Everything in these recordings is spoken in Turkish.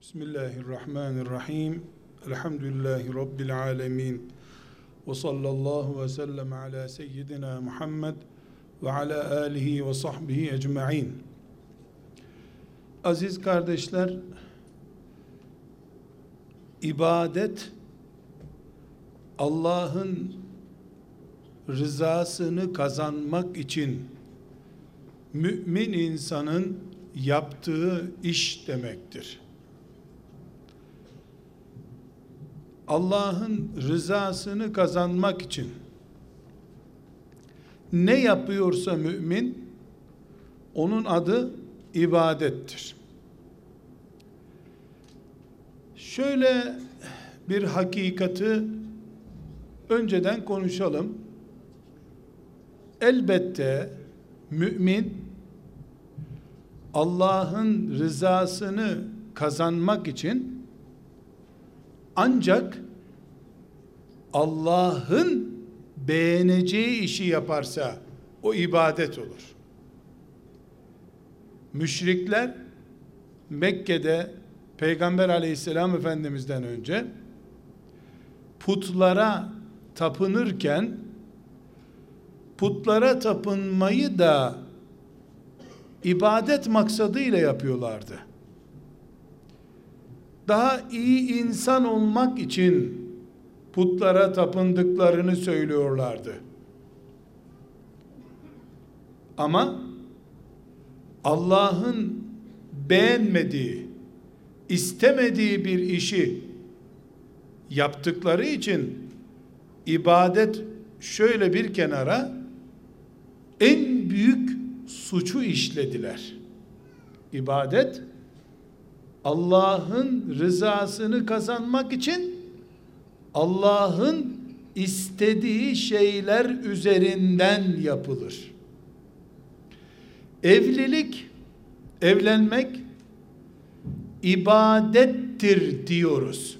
Bismillahirrahmanirrahim. Elhamdülillahi Rabbil alemin. Ve sallallahu ve sellem ala seyyidina Muhammed ve ala alihi ve sahbihi ecma'in. Aziz kardeşler, ibadet Allah'ın rızasını kazanmak için mümin insanın yaptığı iş demektir. Allah'ın rızasını kazanmak için ne yapıyorsa mümin, onun adı ibadettir. Şöyle bir hakikati önceden konuşalım. Elbette mümin Allah'ın rızasını kazanmak için ancak Allah'ın beğeneceği işi yaparsa o ibadet olur. Müşrikler Mekke'de Peygamber Aleyhisselam Efendimiz'den önce putlara tapınırken putlara tapınmayı da ibadet maksadıyla yapıyorlardı. Daha iyi insan olmak için putlara tapındıklarını söylüyorlardı. Ama Allah'ın beğenmediği, istemediği bir işi yaptıkları için ibadet şöyle bir kenara, en büyük suçu işlediler. İbadet Allah'ın rızasını kazanmak için Allah'ın istediği şeyler üzerinden yapılır. Evlenmek ibadettir diyoruz.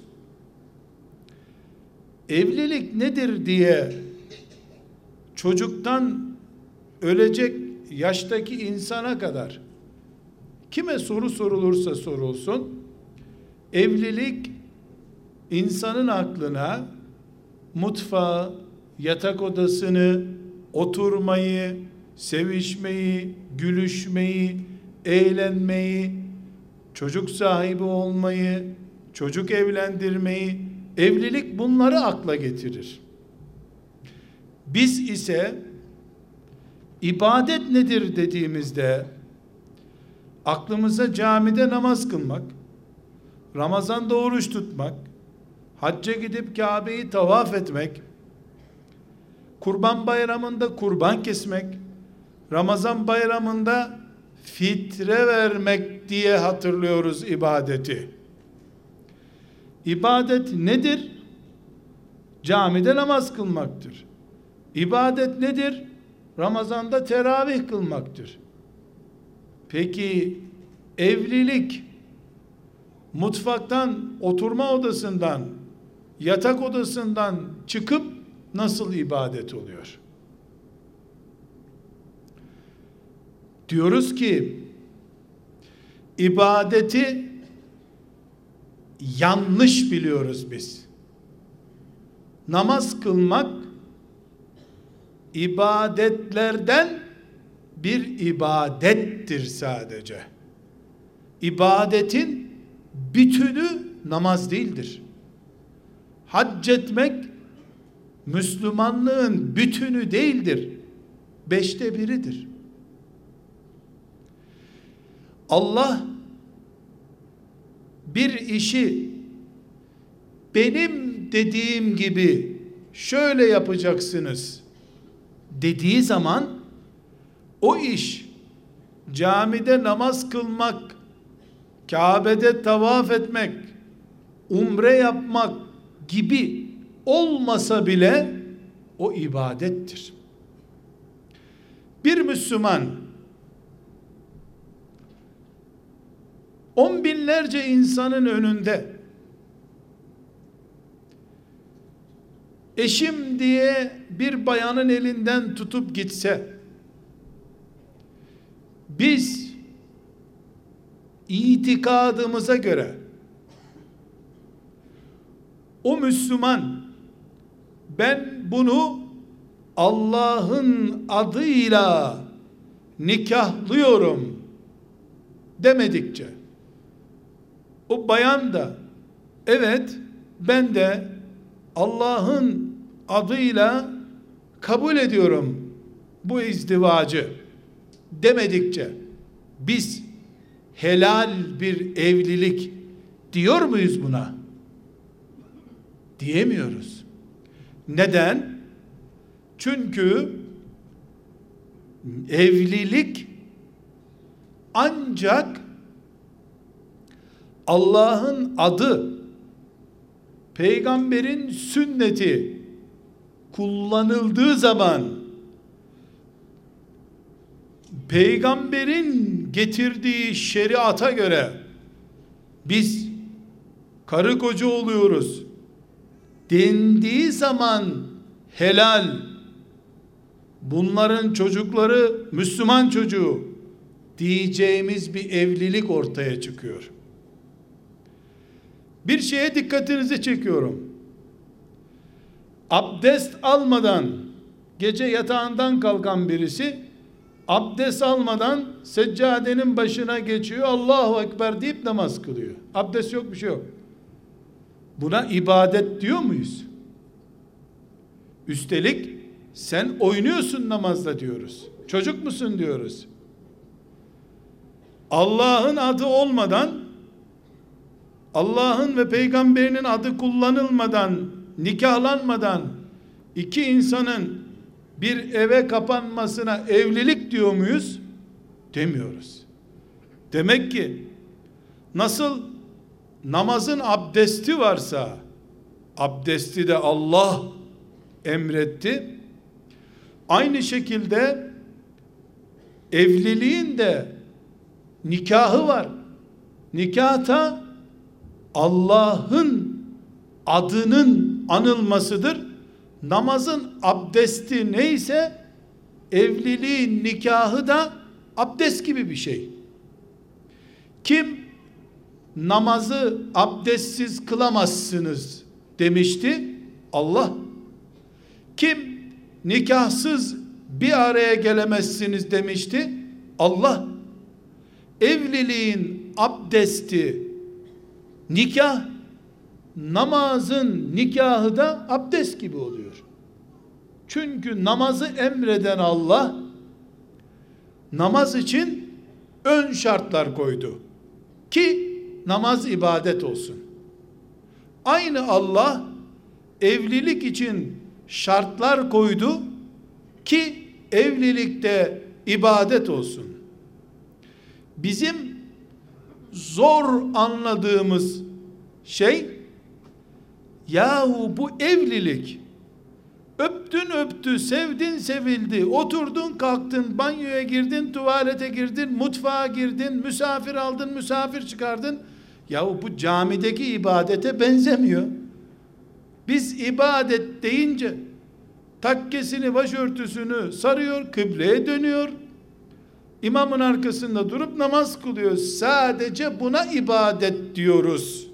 Evlilik nedir diye çocuktan ölecek yaştaki insana kadar kime soru sorulursa sorulsun, evlilik insanın aklına mutfağı, yatak odasını, oturmayı, sevişmeyi, gülüşmeyi, eğlenmeyi, çocuk sahibi olmayı, çocuk evlendirmeyi, evlilik bunları akla getirir. Biz ise ibadet nedir dediğimizde aklımıza camide namaz kılmak, Ramazan'da oruç tutmak, hacca gidip Kabe'yi tavaf etmek, Kurban Bayramı'nda kurban kesmek, Ramazan Bayramı'nda fitre vermek diye hatırlıyoruz ibadeti. İbadet nedir? Camide namaz kılmaktır. İbadet nedir? Ramazan'da teravih kılmaktır. Peki evlilik mutfaktan, oturma odasından, yatak odasından çıkıp nasıl ibadet oluyor? Diyoruz ki ibadeti yanlış biliyoruz biz. Namaz kılmak ibadetlerden bir ibadettir sadece. İbadetin bütünü namaz değildir. Hac etmek Müslümanlığın bütünü değildir. 5'te 1'idir. Allah bir işi benim dediğim gibi şöyle yapacaksınız dediği zaman o iş camide namaz kılmak, Kabe'de tavaf etmek, umre yapmak gibi olmasa bile o ibadettir. Bir Müslüman 10 binlerce insanın önünde eşim diye bir bayanın elinden tutup gitse, biz itikadımıza göre o Müslüman ben bunu Allah'ın adıyla nikahlıyorum demedikçe, o bayan da evet ben de Allah'ın adıyla kabul ediyorum bu izdivacı demedikçe biz helal bir evlilik diyor muyuz buna? Diyemiyoruz. Neden? Çünkü evlilik ancak Allah'ın adı, peygamberin sünneti kullanıldığı zaman, peygamberin getirdiği şeriata göre biz karı koca oluyoruz dendiği zaman helal, bunların çocukları Müslüman çocuğu diyeceğimiz bir evlilik ortaya çıkıyor. Bir şeye dikkatinizi çekiyorum. Abdest almadan gece yatağından kalkan birisi abdest almadan seccadenin başına geçiyor, Allahu Ekber deyip namaz kılıyor. Abdest yok, bir şey yok. Buna ibadet diyor muyuz? Üstelik sen oynuyorsun namazda diyoruz. Çocuk musun diyoruz. Allah'ın adı olmadan, Allah'ın ve peygamberinin adı kullanılmadan, nikahlanmadan iki insanın bir eve kapanmasına evlilik diyor muyuz? Demiyoruz. Demek ki nasıl namazın abdesti varsa, abdesti de Allah emretti, aynı şekilde evliliğin de nikahı var. Nikahta Allah'ın adının anılmasıdır. Namazın abdesti neyse evliliğin nikahı da abdest gibi bir şey. Kim namazı abdestsiz kılamazsınız demişti? Allah. Kim nikahsız bir araya gelemezsiniz demişti? Allah. Evliliğin abdesti nikah, namazın nikahı da abdest gibi oluyor. Çünkü namazı emreden Allah namaz için ön şartlar koydu ki namaz ibadet olsun. Aynı Allah evlilik için şartlar koydu ki evlilikte ibadet olsun. Bizim zor anladığımız şey, yahu bu evlilik öptün öptü, sevdin sevildi, oturdun kalktın, banyoya girdin, tuvalete girdin, mutfağa girdin, misafir aldın, misafir çıkardın. Yahu bu camideki ibadete benzemiyor. Biz ibadet deyince takkesini, başörtüsünü sarıyor, kıbleye dönüyor, İmamın arkasında durup namaz kılıyor. Sadece buna ibadet diyoruz.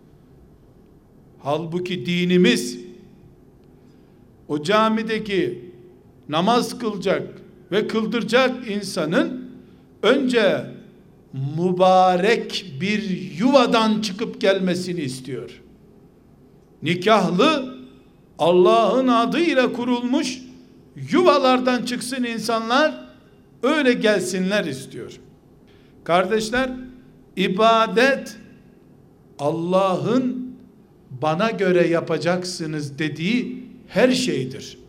Halbuki dinimiz o camideki namaz kılacak ve kıldıracak insanın önce mübarek bir yuvadan çıkıp gelmesini istiyor. Nikahlı, Allah'ın adıyla kurulmuş yuvalardan çıksın insanlar, öyle gelsinler istiyor. Kardeşler, ibadet Allah'ın bana göre yapacaksınız dediği her şeydir.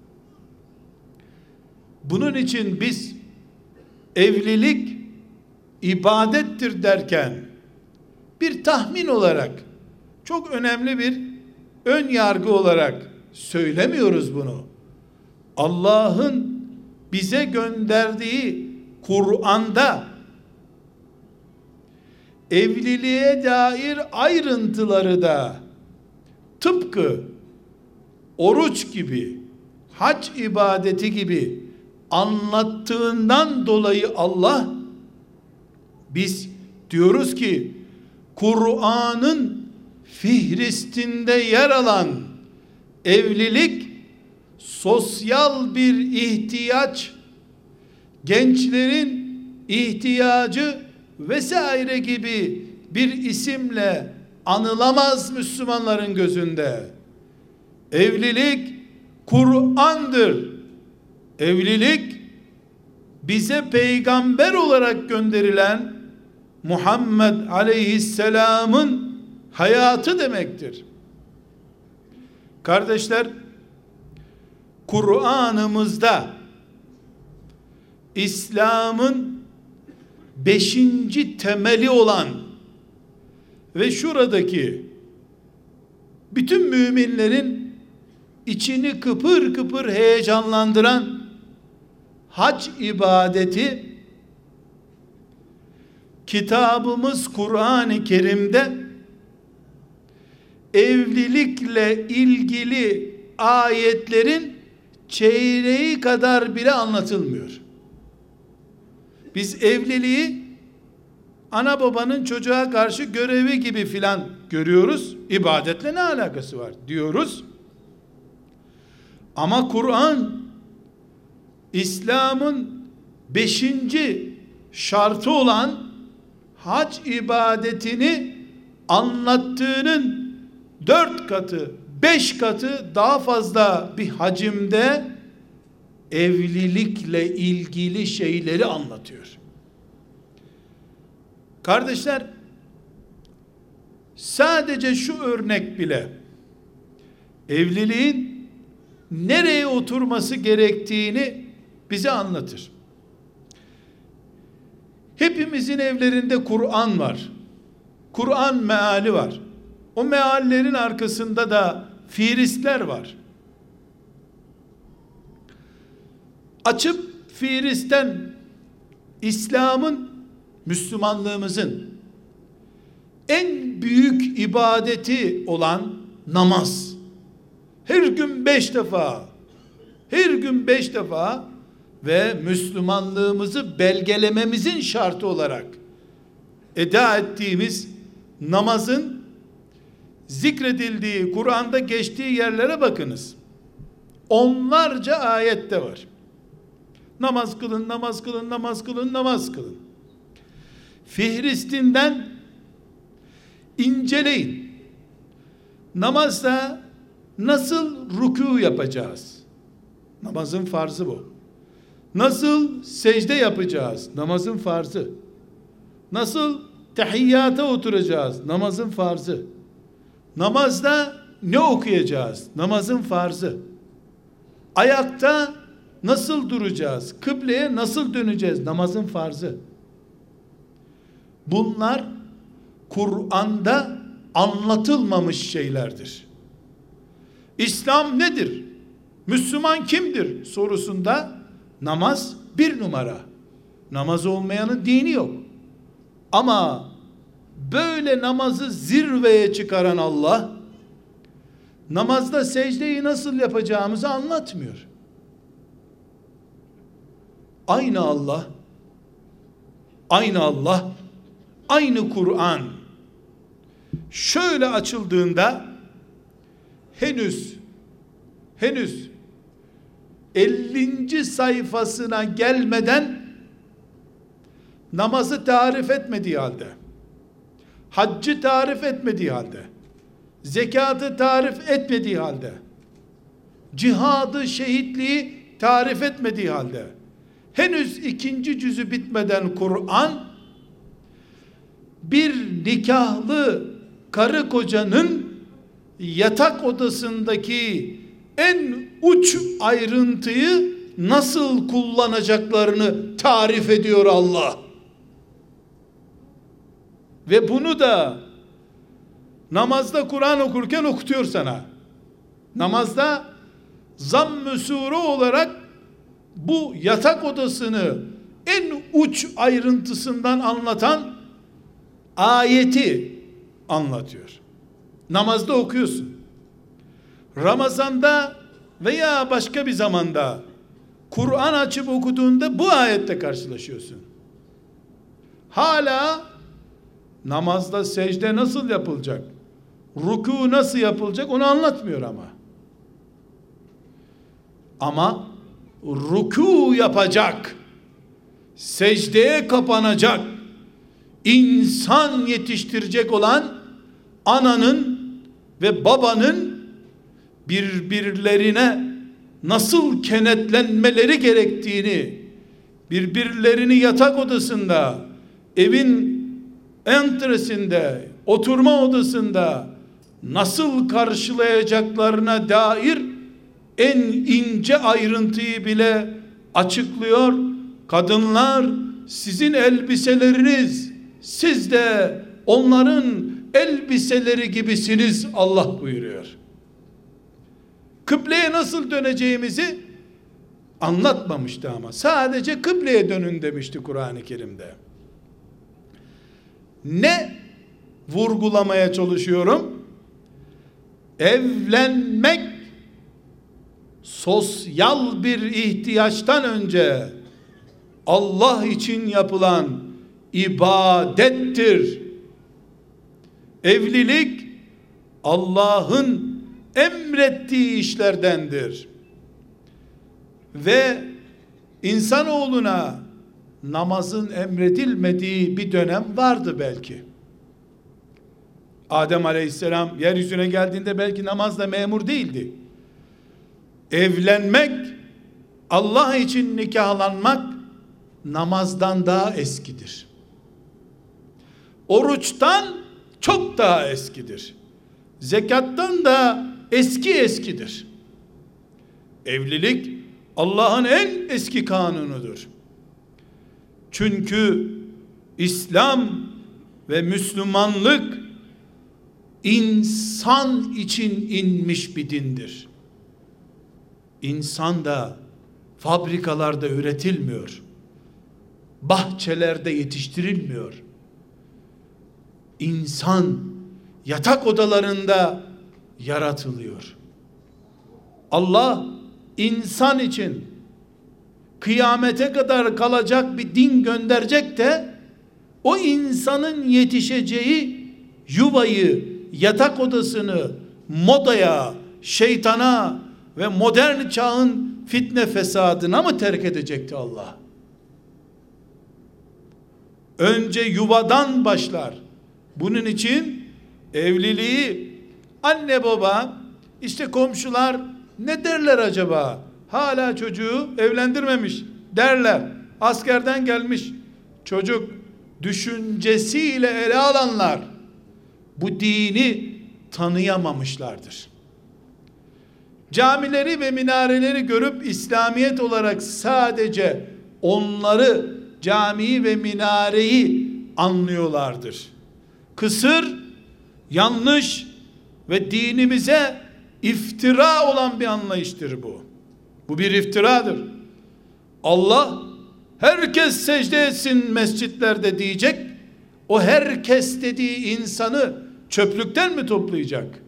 Bunun için biz evlilik ibadettir derken bir tahmin olarak, çok önemli bir ön yargı olarak söylemiyoruz bunu. Allah'ın bize gönderdiği Kur'an'da evliliğe dair ayrıntıları da tıpkı oruç gibi, hac ibadeti gibi anlattığından dolayı Allah, biz diyoruz ki Kur'an'ın fihristinde yer alan evlilik sosyal bir ihtiyaç, gençlerin ihtiyacı vesaire gibi bir isimle anılamaz Müslümanların gözünde. Evlilik Kur'an'dır. Evlilik bize peygamber olarak gönderilen Muhammed Aleyhisselam'ın hayatı demektir. Kardeşler, Kur'an'ımızda İslam'ın 5. temeli olan ve şuradaki bütün müminlerin içini kıpır kıpır heyecanlandıran hac ibadeti, kitabımız Kur'an-ı Kerim'de evlilikle ilgili ayetlerin çeyreği kadar bile anlatılmıyor. Biz evliliği ana babanın çocuğa karşı görevi gibi filan görüyoruz. İbadetle ne alakası var diyoruz. Ama Kur'an İslam'ın 5. şartı olan hac ibadetini anlattığının 4 katı, 5 katı daha fazla bir hacimde evlilikle ilgili şeyleri anlatıyor. Kardeşler, sadece şu örnek bile evliliğin nereye oturması gerektiğini bize anlatır. Hepimizin evlerinde Kur'an var. Kur'an meali var. O meallerin arkasında da fihristler var. Açıp fihristen İslam'ın, Müslümanlığımızın en büyük ibadeti olan namaz. Her gün 5 defa, her gün 5 defa ve Müslümanlığımızı belgelememizin şartı olarak eda ettiğimiz namazın zikredildiği, Kur'an'da geçtiği yerlere bakınız. Onlarca ayette var. Namaz kılın, namaz kılın, namaz kılın, namaz kılın. Fihristinden inceleyin. Namazda nasıl rükû yapacağız? Namazın farzı bu. Nasıl secde yapacağız? Namazın farzı. Nasıl tehiyyata oturacağız? Namazın farzı. Namazda ne okuyacağız? Namazın farzı. Ayakta nasıl duracağız? Kıbleye nasıl döneceğiz? Namazın farzı. Bunlar Kur'an'da anlatılmamış şeylerdir. İslam nedir? Müslüman kimdir? Sorusunda namaz 1 numara. Namaz olmayanın dini yok. Ama böyle namazı zirveye çıkaran Allah, namazda secdeyi nasıl yapacağımızı anlatmıyor. Aynı Allah, aynı Kur'an şöyle açıldığında henüz 50. sayfasına gelmeden namazı tarif etmediği halde, haccı tarif etmediği halde, zekatı tarif etmediği halde, cihadı, şehitliği tarif etmediği halde, henüz 2. cüzü bitmeden Kur'an, bir nikahlı karı kocanın yatak odasındaki en uç ayrıntıyı nasıl kullanacaklarını tarif ediyor Allah. Ve bunu da namazda Kur'an okurken okutuyor sana. Namazda zamm-ı sure olarak bu yatak odasını en uç ayrıntısından anlatan ayeti anlatıyor. Namazda okuyorsun. Ramazanda veya başka bir zamanda Kur'an açıp okuduğunda bu ayette karşılaşıyorsun. Hala namazda secde nasıl yapılacak? Ruku nasıl yapılacak onu anlatmıyor ama. Ama ruku yapacak, secdeye kapanacak, insan yetiştirecek olan ananın ve babanın birbirlerine nasıl kenetlenmeleri gerektiğini, birbirlerini yatak odasında, evin entresinde, oturma odasında nasıl karşılayacaklarına dair en ince ayrıntıyı bile açıklıyor. Kadınlar sizin elbiseleriniz, siz de onların elbiseleri gibisiniz Allah buyuruyor. Kıbleye nasıl döneceğimizi anlatmamıştı ama sadece kıbleye dönün demişti Kur'an-ı Kerim'de. Ne vurgulamaya çalışıyorum? Evlenmek sosyal bir ihtiyaçtan önce Allah için yapılan ibadettir. Evlilik Allah'ın emrettiği işlerdendir. Ve insanoğluna namazın emredilmediği bir dönem vardı belki. Adem Aleyhisselam yeryüzüne geldiğinde belki namazla memur değildi. Evlenmek, Allah için nikahlanmak namazdan daha eskidir. Oruçtan çok daha eskidir. Zekattan da eskidir. Evlilik Allah'ın en eski kanunudur. Çünkü İslam ve Müslümanlık insan için inmiş bir dindir. İnsan da fabrikalarda üretilmiyor. Bahçelerde yetiştirilmiyor. İnsan yatak odalarında yaratılıyor. Allah insan için kıyamete kadar kalacak bir din gönderecek de o insanın yetişeceği yuvayı, yatak odasını modaya, şeytana ve modern çağın fitne fesadına mı terk edecekti Allah? Önce yuvadan başlar. Bunun için evliliği anne baba, işte komşular ne derler acaba? Hala çocuğu evlendirmemiş derler. Askerden gelmiş çocuk düşüncesiyle ele alanlar bu dini tanıyamamışlardır. Camileri ve minareleri görüp İslamiyet olarak sadece onları, camiyi ve minareyi anlıyorlardır. Kısır, yanlış ve dinimize iftira olan bir anlayıştır bu. Bu bir iftiradır. Allah herkes secde etsin mescitlerde diyecek. O herkes dediği insanı çöplükten mi toplayacak?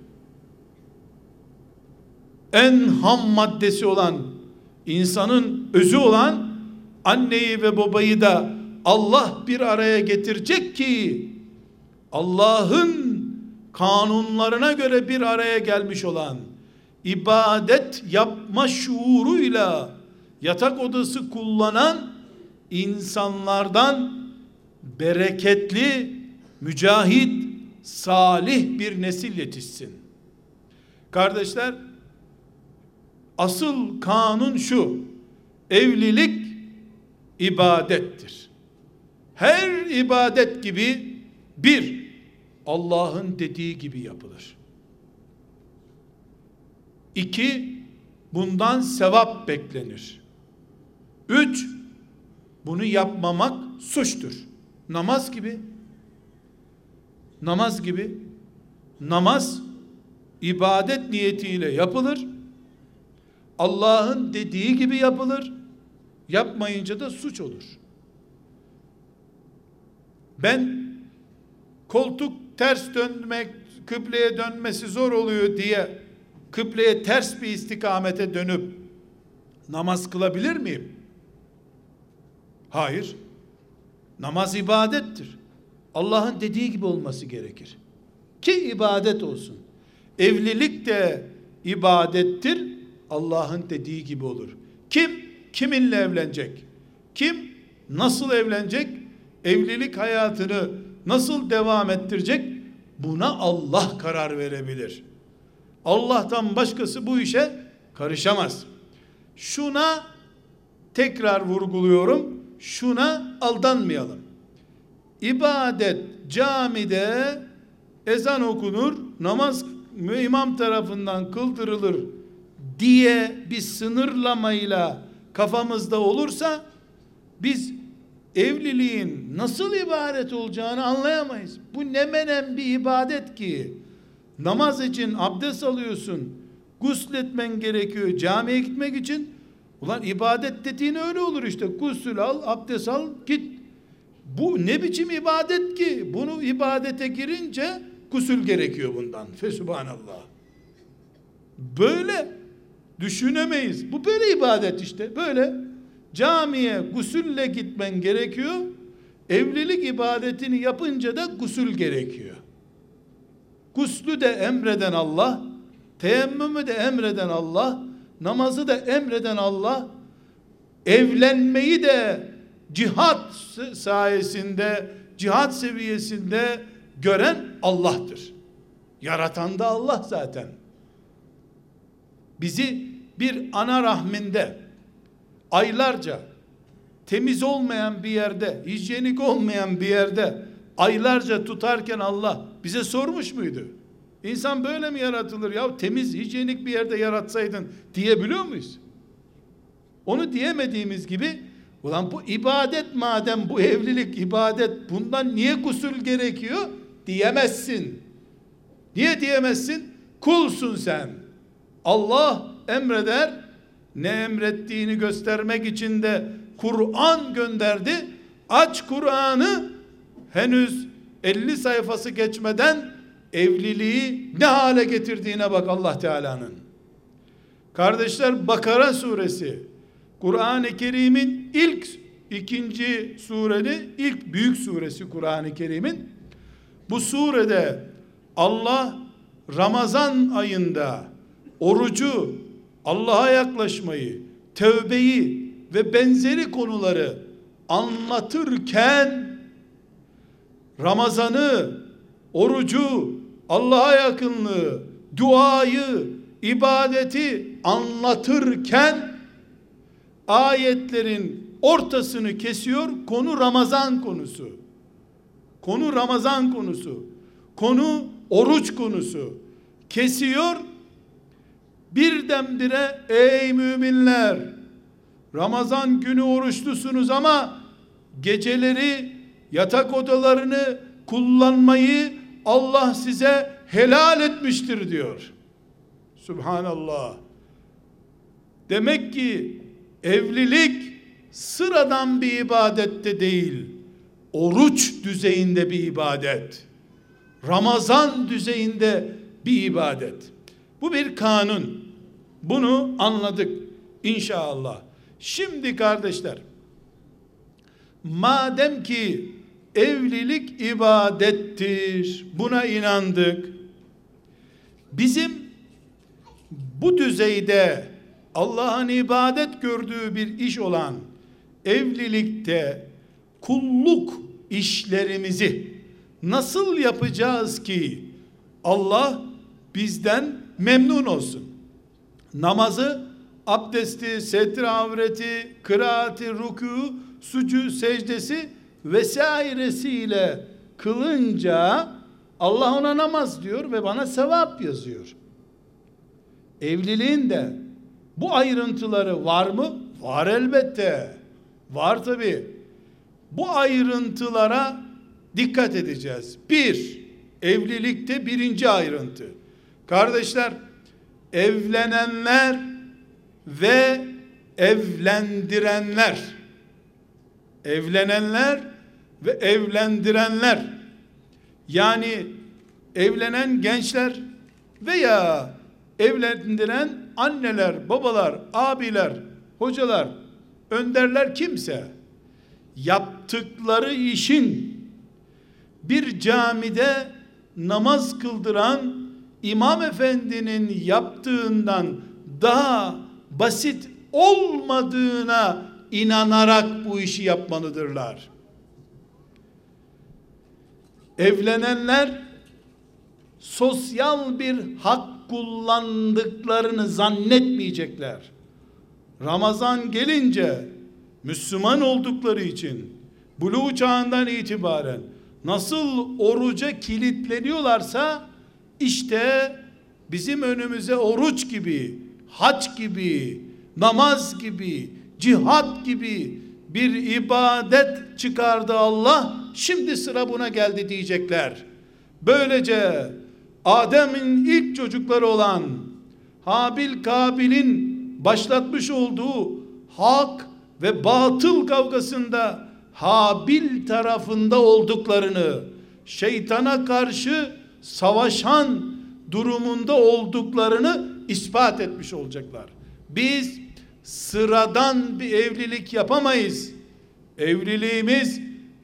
En ham maddesi olan, insanın özü olan anneyi ve babayı da Allah bir araya getirecek ki Allah'ın kanunlarına göre bir araya gelmiş olan, ibadet yapma şuuruyla yatak odası kullanan insanlardan bereketli, mücahit, salih bir nesil yetişsin. Kardeşler, asıl kanun şu: evlilik ibadettir. Her ibadet gibi bir, Allah'ın dediği gibi yapılır. İki, bundan sevap beklenir. Üç, bunu yapmamak suçtur. Namaz gibi. Namaz gibi. Namaz ibadet niyetiyle yapılır. Allah'ın dediği gibi yapılır. Yapmayınca da suç olur. Ben koltuk ters dönmek, kıbleye dönmesi zor oluyor diye kıbleye ters bir istikamete dönüp namaz kılabilir miyim? Hayır. Namaz ibadettir. Allah'ın dediği gibi olması gerekir. ki ibadet olsun. Evlilik de ibadettir. Allah'ın dediği gibi olur. Kim kiminle evlenecek? Kim nasıl evlenecek? Evlilik hayatını nasıl devam ettirecek? Buna Allah karar verebilir. Allah'tan başkası bu işe karışamaz. Şuna tekrar vurguluyorum. Şuna aldanmayalım. İbadet camide ezan okunur, namaz imam tarafından kıldırılır diye bir sınırlamayla kafamızda olursa biz evliliğin nasıl ibadet olacağını anlayamayız. Bu ne menen bir ibadet ki. Namaz için abdest alıyorsun, gusletmen gerekiyor camiye gitmek için. Ulan ibadet dediğin öyle olur işte. Gusül al, abdest al, git. Bu ne biçim ibadet ki? Bunu ibadete girince gusül gerekiyor bundan. Fesubhanallah. Böyle düşünemeyiz. Bu böyle ibadet işte. Böyle camiye gusülle gitmen gerekiyor. Evlilik ibadetini yapınca da gusül gerekiyor. Guslü de emreden Allah, teyemmümü de emreden Allah, namazı da emreden Allah, evlenmeyi de cihat sayesinde, cihat seviyesinde gören Allah'tır. Yaratan da Allah zaten. Bizi bir ana rahminde aylarca temiz olmayan bir yerde, hijyenik olmayan bir yerde aylarca tutarken Allah bize sormuş muydu? İnsan böyle mi yaratılır ya? Temiz, hijyenik bir yerde yaratsaydın diyebiliyor muyuz? Onu diyemediğimiz gibi, ulan bu ibadet madem, bu evlilik ibadet, bundan niye gusül gerekiyor? Diyemezsin. Niye diyemezsin? Kulsun sen. Allah emreder, ne emrettiğini göstermek için de Kur'an gönderdi. Aç Kur'an'ı, henüz 50 sayfası geçmeden evliliği ne hale getirdiğine bak Allah Teala'nın. Kardeşler, Bakara suresi Kur'an-ı Kerim'in ikinci sureni, ilk büyük suresi Kur'an-ı Kerim'in. Bu surede Allah Ramazan ayında orucu, Allah'a yaklaşmayı, tövbeyi ve benzeri konuları anlatırken Ramazan'ı, orucu, Allah'a yakınlığı, duayı, ibadeti anlatırken ayetlerin ortasını kesiyor. Konu Ramazan konusu. Konu Ramazan konusu. Konu oruç konusu. Kesiyor. Birdenbire ey müminler, Ramazan günü oruçlusunuz ama geceleri yatak odalarını kullanmayı Allah size helal etmiştir diyor. Subhanallah. Demek ki evlilik sıradan bir ibadette değil, oruç düzeyinde bir ibadet. Ramazan düzeyinde bir ibadet. Bu bir kanun. Bunu anladık inşallah. Şimdi kardeşler, madem ki evlilik ibadettir, buna inandık. Bizim bu düzeyde Allah'ın ibadet gördüğü bir iş olan evlilikte kulluk işlerimizi nasıl yapacağız ki Allah bizden memnun olsun? Namazı, abdesti, setre avreti, kıraati, rükû, sucu, secdesi vesairesiyle kılınca Allah ona namaz diyor ve bana sevap yazıyor. Evliliğin de bu ayrıntıları var mı? Var elbette. Var tabi. Bu ayrıntılara dikkat edeceğiz. Evlilikte birinci ayrıntı. Kardeşler, evlenenler ve evlendirenler, yani evlenen gençler veya evlendiren anneler, babalar, abiler, hocalar, önderler, kimse yaptıkları işin bir camide namaz kıldıran İmam Efendi'nin yaptığından daha basit olmadığına inanarak bu işi yapmalıdırlar. Evlenenler sosyal bir hak kullandıklarını zannetmeyecekler. Ramazan gelince Müslüman oldukları için buluğ çağından itibaren nasıl oruca kilitleniyorlarsa, işte bizim önümüze oruç gibi, hac gibi, namaz gibi, cihat gibi bir ibadet çıkardı Allah. Şimdi sıra buna geldi diyecekler. Böylece Adem'in ilk çocukları olan Habil Kabil'in başlatmış olduğu hak ve batıl kavgasında Habil tarafında olduklarını, şeytana karşı savaşan durumunda olduklarını ispat etmiş olacaklar. Biz sıradan bir evlilik yapamayız. Evliliğimiz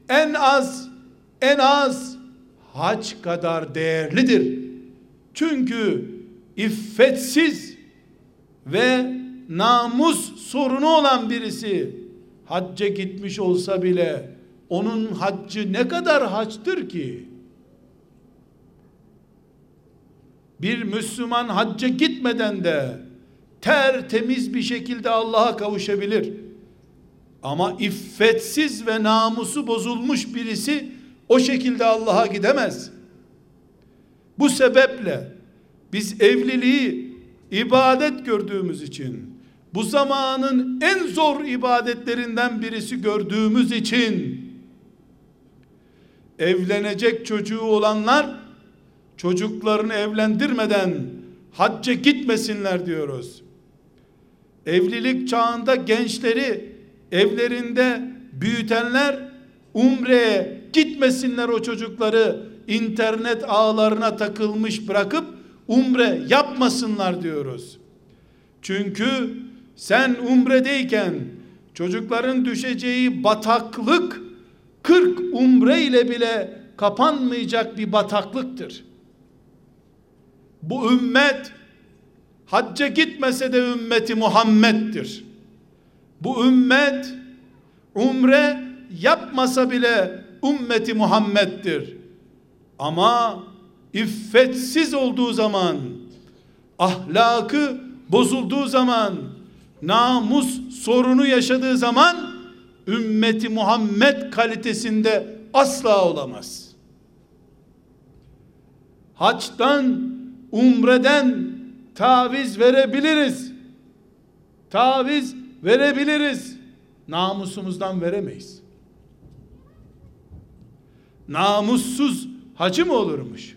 en az hac kadar değerlidir. Çünkü iffetsiz ve namus sorunu olan birisi hacca gitmiş olsa bile onun haccı ne kadar haçtır ki? Bir Müslüman hacca gitmeden de tertemiz bir şekilde Allah'a kavuşabilir. Ama iffetsiz ve namusu bozulmuş birisi o şekilde Allah'a gidemez. Bu sebeple biz evliliği ibadet gördüğümüz için, bu zamanın en zor ibadetlerinden birisi gördüğümüz için, evlenecek çocuğu olanlar çocuklarını evlendirmeden hacca gitmesinler diyoruz. Evlilik çağında gençleri evlerinde büyütenler umreye gitmesinler, o çocukları internet ağlarına takılmış bırakıp umre yapmasınlar diyoruz. Çünkü sen umredeyken çocukların düşeceği bataklık 40 umre ile bile kapanmayacak bir bataklıktır. Bu ümmet hacca gitmese de ümmeti Muhammed'dir. Bu ümmet umre yapmasa bile ümmeti Muhammed'dir. Ama iffetsiz olduğu zaman, ahlakı bozulduğu zaman, namus sorunu yaşadığı zaman ümmeti Muhammed kalitesinde asla olamaz. Haçtan, umreden taviz verebiliriz. Taviz verebiliriz. Namusumuzdan veremeyiz. Namussuz hacı mı olurmuş?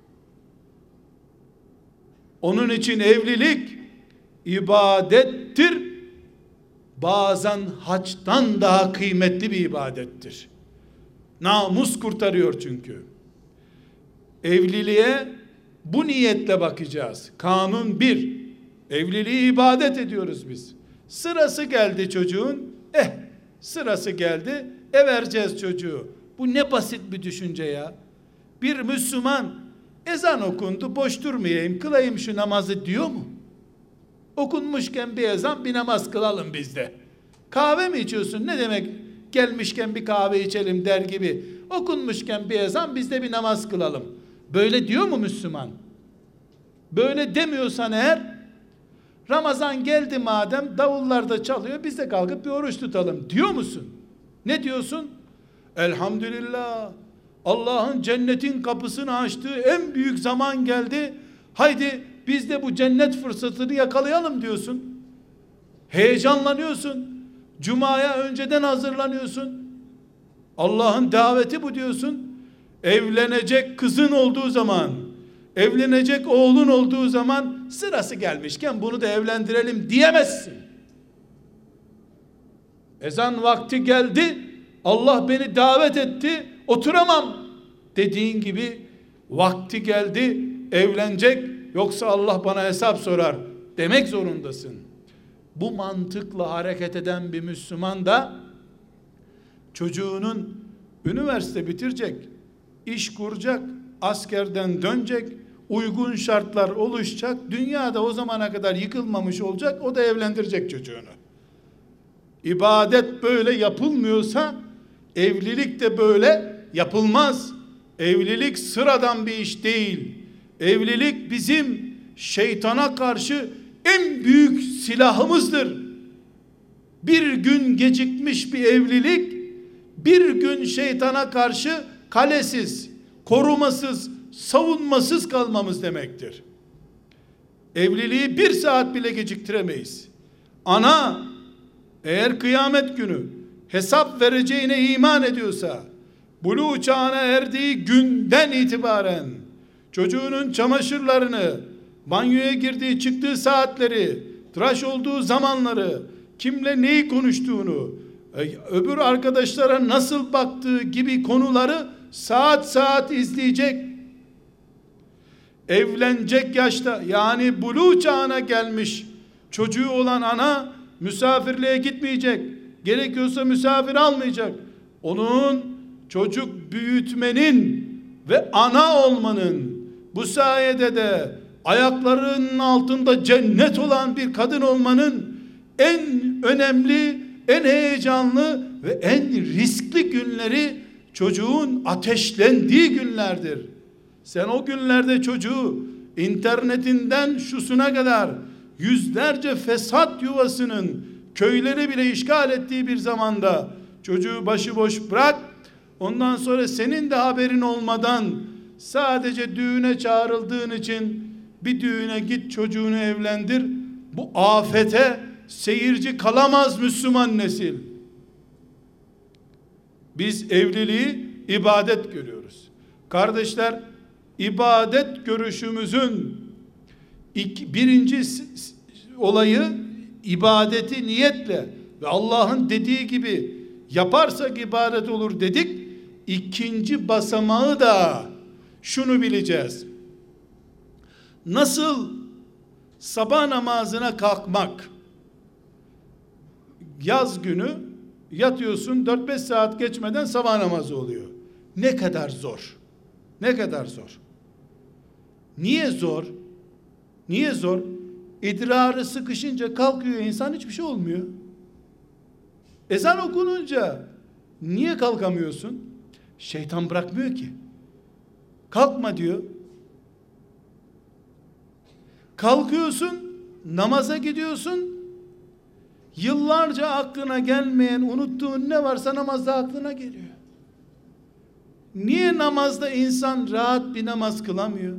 Onun için evlilik ibadettir. Bazen haçtan daha kıymetli bir ibadettir. Namus kurtarıyor çünkü. Evliliğe bu niyetle bakacağız. Kanun 1. Evliliği ibadet ediyoruz biz. Sırası geldi çocuğun. Sırası geldi. Vereceğiz çocuğu. Bu ne basit bir düşünce ya. Bir Müslüman ezan okundu, boş durmayayım, kılayım şu namazı diyor mu? Okunmuşken bir ezan, bir namaz kılalım biz de. Kahve mi içiyorsun? Ne demek gelmişken bir kahve içelim der gibi. Okunmuşken bir ezan, biz de bir namaz kılalım. Böyle diyor mu Müslüman? Böyle demiyorsan eğer, Ramazan geldi madem, davullar da çalıyor, biz de kalkıp bir oruç tutalım diyor musun? Ne diyorsun? Elhamdülillah, Allah'ın cennetin kapısını açtığı en büyük zaman geldi. Haydi biz de bu cennet fırsatını yakalayalım diyorsun. Heyecanlanıyorsun. Cuma'ya önceden hazırlanıyorsun. Allah'ın daveti bu diyorsun. Evlenecek kızın olduğu zaman, evlenecek oğlun olduğu zaman sırası gelmişken bunu da evlendirelim diyemezsin. Ezan vakti geldi, Allah beni davet etti, oturamam dediğin gibi vakti geldi, evlenecek, yoksa Allah bana hesap sorar demek zorundasın. Bu mantıkla hareket eden bir Müslüman da çocuğunun üniversite bitirecek, iş kuracak, askerden dönecek, uygun şartlar oluşacak, dünyada o zamana kadar yıkılmamış olacak, o da evlendirecek çocuğunu. İbadet böyle yapılmıyorsa evlilik de böyle yapılmaz. Evlilik sıradan bir iş değil. Evlilik bizim şeytana karşı en büyük silahımızdır. Bir gün gecikmiş bir evlilik, bir gün şeytana karşı kalesiz, korumasız, savunmasız kalmamız demektir. Evliliği bir saat bile geciktiremeyiz. Ana eğer kıyamet günü hesap vereceğine iman ediyorsa, buluğ çağına erdiği günden itibaren çocuğunun çamaşırlarını, banyoya girdiği çıktığı saatleri, tıraş olduğu zamanları, kimle neyi konuştuğunu, öbür arkadaşlara nasıl baktığı gibi konuları saat saat izleyecek. Evlenecek yaşta, yani buluğ çağına gelmiş çocuğu olan ana misafirliğe gitmeyecek. Gerekiyorsa misafir almayacak. Onun çocuk büyütmenin ve ana olmanın, bu sayede de ayaklarının altında cennet olan bir kadın olmanın en önemli, en heyecanlı ve en riskli günleri çocuğun ateşlendiği günlerdir. Sen o günlerde çocuğu internetinden şusuna kadar yüzlerce fesat yuvasının köyleri bile işgal ettiği bir zamanda çocuğu başıboş bırak. Ondan sonra senin de haberin olmadan sadece düğüne çağrıldığın için bir düğüne git, çocuğunu evlendir. Bu afete seyirci kalamaz Müslüman nesil. Biz evliliği ibadet görüyoruz. Kardeşler, ibadet görüşümüzün birinci olayı ibadeti niyetle ve Allah'ın dediği gibi yaparsak ibadet olur dedik. İkinci basamağı da şunu bileceğiz. Nasıl sabah namazına kalkmak, yaz günü yatıyorsun, 4-5 saat geçmeden sabah namazı oluyor. Ne kadar zor. Ne kadar zor. Niye zor? Niye zor? İdrarı sıkışınca kalkıyor insan, hiçbir şey olmuyor. Ezan okununca niye kalkamıyorsun? Şeytan bırakmıyor ki. Kalkma diyor. Kalkıyorsun, namaza gidiyorsun. Yıllarca aklına gelmeyen, unuttuğun ne varsa namazda aklına geliyor. Niye namazda insan rahat bir namaz kılamıyor?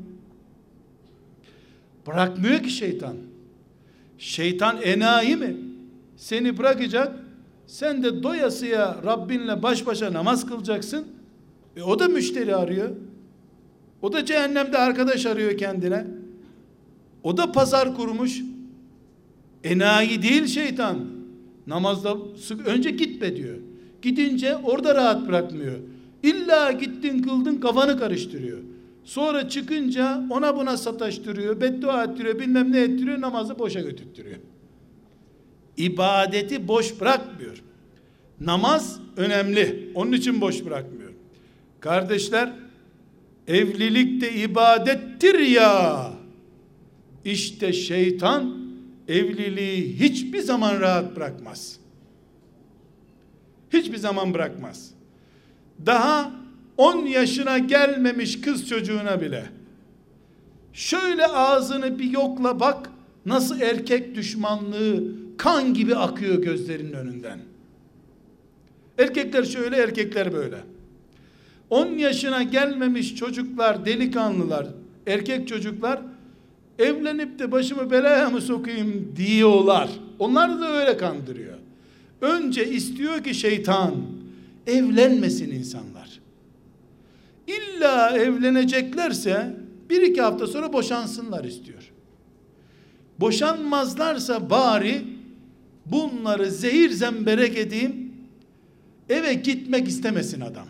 Bırakmıyor ki şeytan. Şeytan enayi mi? Seni bırakacak, sen de doyasıya Rabbinle baş başa namaz kılacaksın. O da müşteri arıyor. O da cehennemde arkadaş arıyor kendine. O da pazar kurmuş. Enayi değil şeytan. Namazda önce gitme diyor. Gidince orada rahat bırakmıyor. İlla gittin kıldın, kafanı karıştırıyor. Sonra çıkınca ona buna sataştırıyor, beddua ettiriyor, bilmem ne ettiriyor, namazı boşa götürtüyor. İbadeti boş bırakmıyor. Namaz önemli. Onun için boş bırakmıyor. Kardeşler, evlilik de ibadettir ya. İşte şeytan evliliği hiçbir zaman rahat bırakmaz. Hiçbir zaman bırakmaz. Daha 10 yaşına gelmemiş kız çocuğuna bile şöyle ağzını bir yokla bak, nasıl erkek düşmanlığı kan gibi akıyor gözlerinin önünden. Erkekler şöyle, erkekler böyle. 10 yaşına gelmemiş çocuklar, delikanlılar, erkek çocuklar evlenip de başımı belaya mı sokayım diyorlar. Onlar da öyle kandırıyor. Önce istiyor ki şeytan evlenmesin insanlar. İlla evleneceklerse 1-2 hafta sonra boşansınlar istiyor. Boşanmazlarsa bari bunları zehir zemberek edeyim, eve gitmek istemesin adam.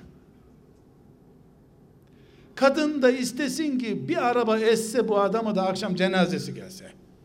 Kadın da istesin ki bir araba esse bu adamı da akşam cenazesi gelse.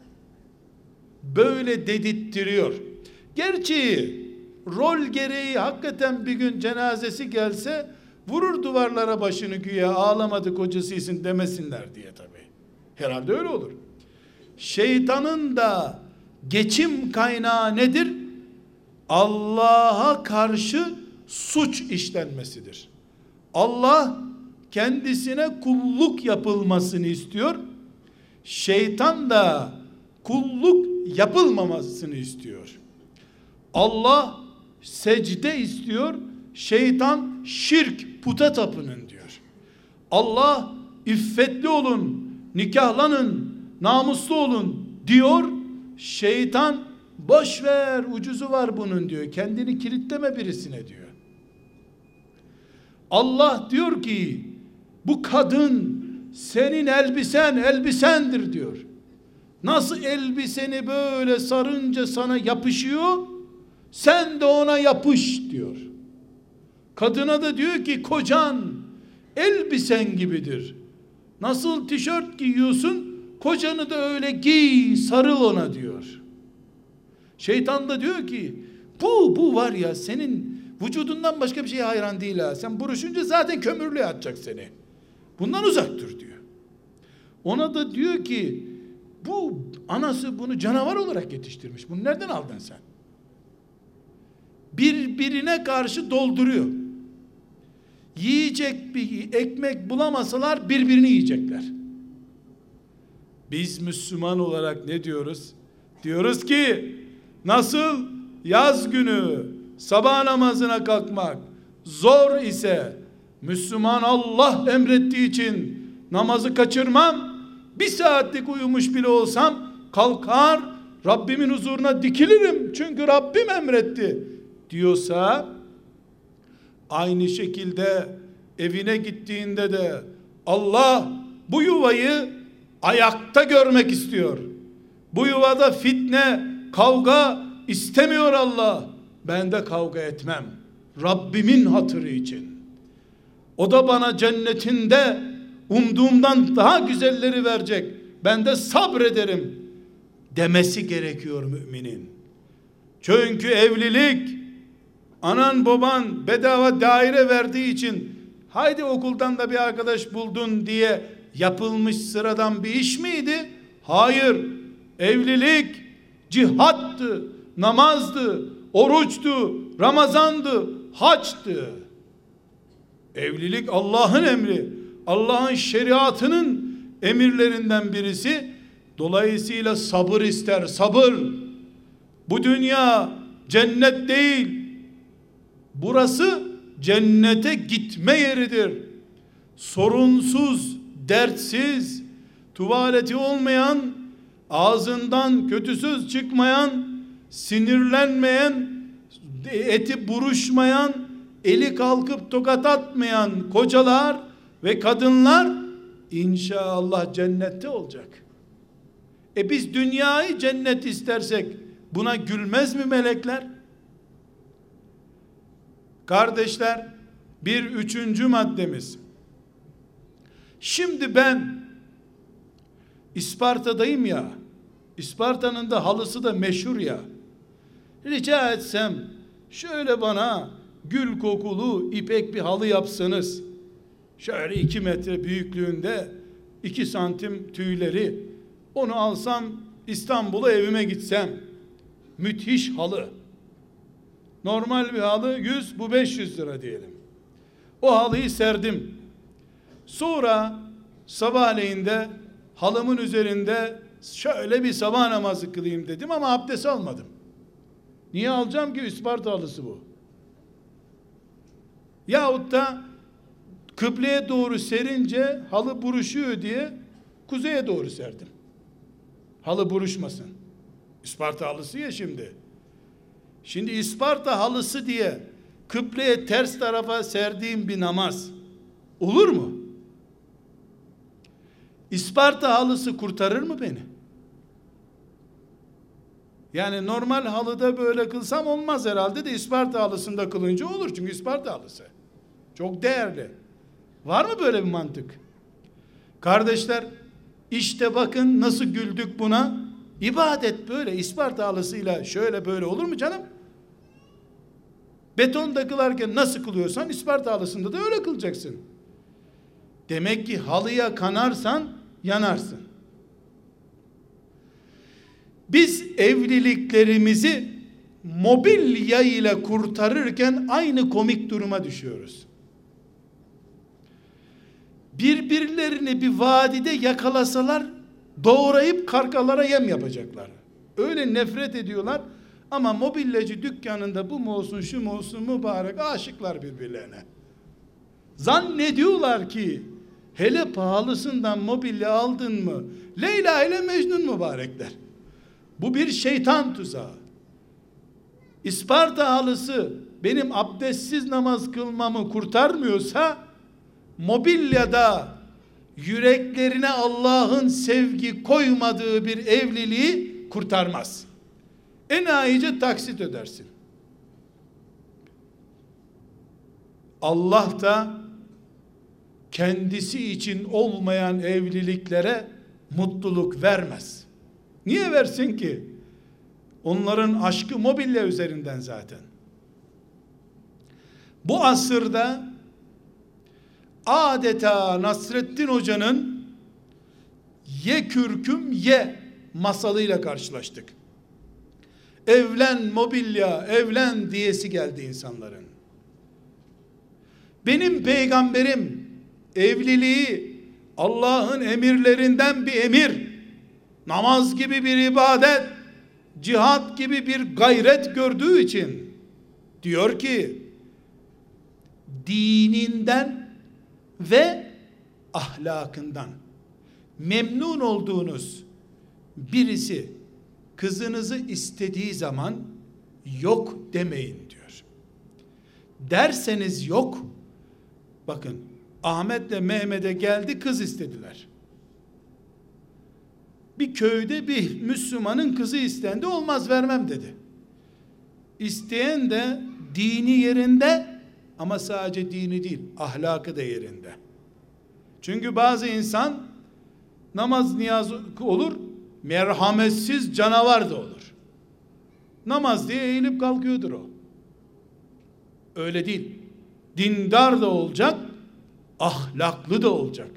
Böyle dedirttiriyor. Gerçi rol gereği hakikaten bir gün cenazesi gelse vurur duvarlara başını güya ağlamadı kocasıysın demesinler diye tabii. Herhalde öyle olur. Şeytanın da geçim kaynağı nedir? Allah'a karşı suç işlenmesidir. Allah kendisine kulluk yapılmasını istiyor. Şeytan da kulluk yapılmamasını istiyor. Allah secde istiyor. Şeytan şirk, puta tapının diyor. Allah iffetli olun, nikahlanın, namuslu olun diyor. Şeytan boş ver, ucuzu var bunun diyor. Kendini kilitleme birisine diyor. Allah diyor ki bu kadın senin elbisendir diyor. Nasıl elbiseni böyle sarınca sana yapışıyor, sen de ona yapış diyor. Kadına da diyor ki kocan elbisen gibidir. Nasıl tişört giyiyorsun, kocanı da öyle giy, sarıl ona diyor. Şeytan da diyor ki bu var ya senin vücudundan başka bir şeye hayran değil ha. Sen buruşunca zaten kömürlüğe atacak seni. Bundan uzak dur diyor. Ona da diyor ki bu anası bunu canavar olarak yetiştirmiş. Bunu nereden aldın sen? Birbirine karşı dolduruyor. Yiyecek bir ekmek bulamasalar birbirini yiyecekler. Biz Müslüman olarak ne diyoruz? Diyoruz ki nasıl yaz günü sabah namazına kalkmak zor ise Müslüman Allah emrettiği için namazı kaçırmam, bir saatlik uyumuş bile olsam kalkar Rabbimin huzuruna dikilirim çünkü Rabbim emretti diyorsa, aynı şekilde evine gittiğinde de Allah bu yuvayı ayakta görmek istiyor. Bu yuvada fitne, kavga istemiyor Allah. Ben de kavga etmem. Rabbimin hatırı için. O da bana cennetinde umduğumdan daha güzelleri verecek. Ben de sabrederim demesi gerekiyor müminin. Çünkü evlilik anan baban bedava daire verdiği için haydi okuldan da bir arkadaş buldun diye yapılmış sıradan bir iş miydi? Hayır. Evlilik cihattı, namazdı, oruçtu, Ramazandı, haçtı. Evlilik Allah'ın emri, Allah'ın şeriatının emirlerinden birisi. Dolayısıyla sabır ister, sabır. Bu dünya cennet değil. Burası cennete gitme yeridir. Sorunsuz, dertsiz, tuvaleti olmayan, ağzından kötü söz çıkmayan, sinirlenmeyen, eti buruşmayan, eli kalkıp tokat atmayan kocalar ve kadınlar inşallah cennette olacak. Biz dünyayı cennet istersek buna gülmez mi melekler? Kardeşler, bir üçüncü maddemiz. Şimdi ben İsparta'dayım ya, İsparta'nın da halısı da meşhur ya, rica etsem şöyle bana gül kokulu ipek bir halı yapsanız, şöyle 2 metre büyüklüğünde 2 santim tüyleri, onu alsam İstanbul'a evime gitsem, müthiş halı, normal bir halı 100, bu 500 lira diyelim. O halıyı serdim. Sonra sabahleyin de halımın üzerinde şöyle bir sabah namazı kılayım dedim ama abdest almadım. Niye alacağım ki? Isparta halısı bu. Yahut da kıbleye doğru serince halı buruşuyor diye kuzeye doğru serdim. Halı buruşmasın. Isparta halısı ya şimdi. Şimdi Isparta halısı diye kıbleye ters tarafa serdiğim bir namaz olur mu? Isparta halısı kurtarır mı beni? Yani normal halıda böyle kılsam olmaz herhalde de Isparta halısında kılınca olur. Çünkü Isparta halısı çok değerli. Var mı böyle bir mantık? Kardeşler, işte bakın nasıl güldük buna. İbadet böyle Isparta halısıyla şöyle böyle olur mu canım? Betonda kılarken nasıl kılıyorsan İsparta halısında da öyle kılacaksın. Demek ki halıya kanarsan yanarsın. Biz evliliklerimizi mobilya ile kurtarırken aynı komik duruma düşüyoruz. Birbirlerini bir vadide yakalasalar doğrayıp kargalara yem yapacaklar. Öyle nefret ediyorlar ama mobilyacı dükkanında bu mu olsun şu mu olsun mübarek aşıklar birbirlerine. Zannediyorlar ki hele pahalısından mobilya aldın mı Leyla ile Mecnun mübarekler. Bu bir şeytan tuzağı. İsparta halısı benim abdestsiz namaz kılmamı kurtarmıyorsa mobilyada yüreklerine Allah'ın sevgi koymadığı bir evliliği kurtarmaz. Enayice taksit ödersin. Allah da kendisi için olmayan evliliklere mutluluk vermez. Niye versin ki? Onların aşkı mobilya üzerinden zaten. Bu asırda adeta Nasreddin Hoca'nın ye kürküm ye masalıyla karşılaştık. Evlen mobilya, evlen diyesi geldi insanların. Benim peygamberim evliliği Allah'ın emirlerinden bir emir, namaz gibi bir ibadet, cihat gibi bir gayret gördüğü için diyor ki dininden ve ahlakından memnun olduğunuz birisi kızınızı istediği zaman yok demeyin diyor. Derseniz yok, bakın Ahmet'le Mehmet'e geldi kız istediler. Bir köyde bir Müslümanın kızı istendi, olmaz vermem dedi. İsteyen de dini yerinde ama sadece dini değil, ahlakı da yerinde. Çünkü bazı insan namaz niyaz olur, merhametsiz canavar da olur. Namaz diye eğilip kalkıyordur o. Öyle değil. Dindar da olacak, ahlaklı da olacak.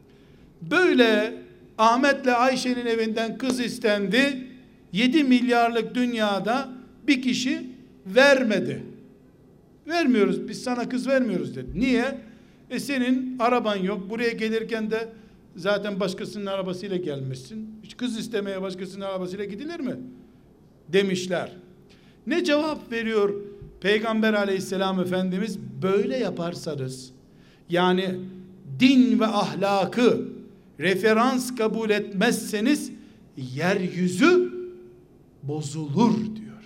Böyle Ahmet'le Ayşe'nin evinden kız istendi. 7 milyarlık dünyada bir kişi vermedi. Vermiyoruz, biz sana kız vermiyoruz dedi. Niye? Senin araban yok. Buraya gelirken de zaten başkasının arabasıyla gelmişsin. Hiç kız istemeye başkasının arabasıyla gidilir mi? Demişler. Ne cevap veriyor Peygamber aleyhisselam Efendimiz? Böyle yaparsanız, yani din ve ahlakı referans kabul etmezseniz yeryüzü bozulur diyor.